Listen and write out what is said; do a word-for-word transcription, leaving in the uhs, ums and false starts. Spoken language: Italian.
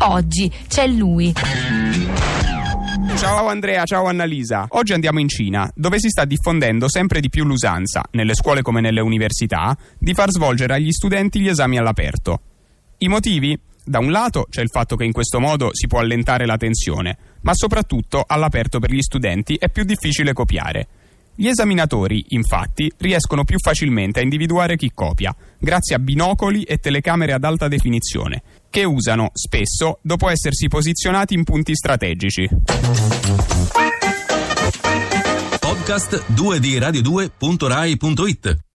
oggi c'è lui. Ciao Andrea, ciao Annalisa. Oggi andiamo in Cina, dove si sta diffondendo sempre di più l'usanza, nelle scuole come nelle università, di far svolgere agli studenti gli esami all'aperto. I motivi? Da un lato c'è il fatto che in questo modo si può allentare la tensione, ma soprattutto all'aperto per gli studenti è più difficile copiare. Gli esaminatori, infatti, riescono più facilmente a individuare chi copia, grazie a binocoli e telecamere ad alta definizione, che usano, spesso, dopo essersi posizionati in punti strategici. Podcast due di radio due punto rai punto it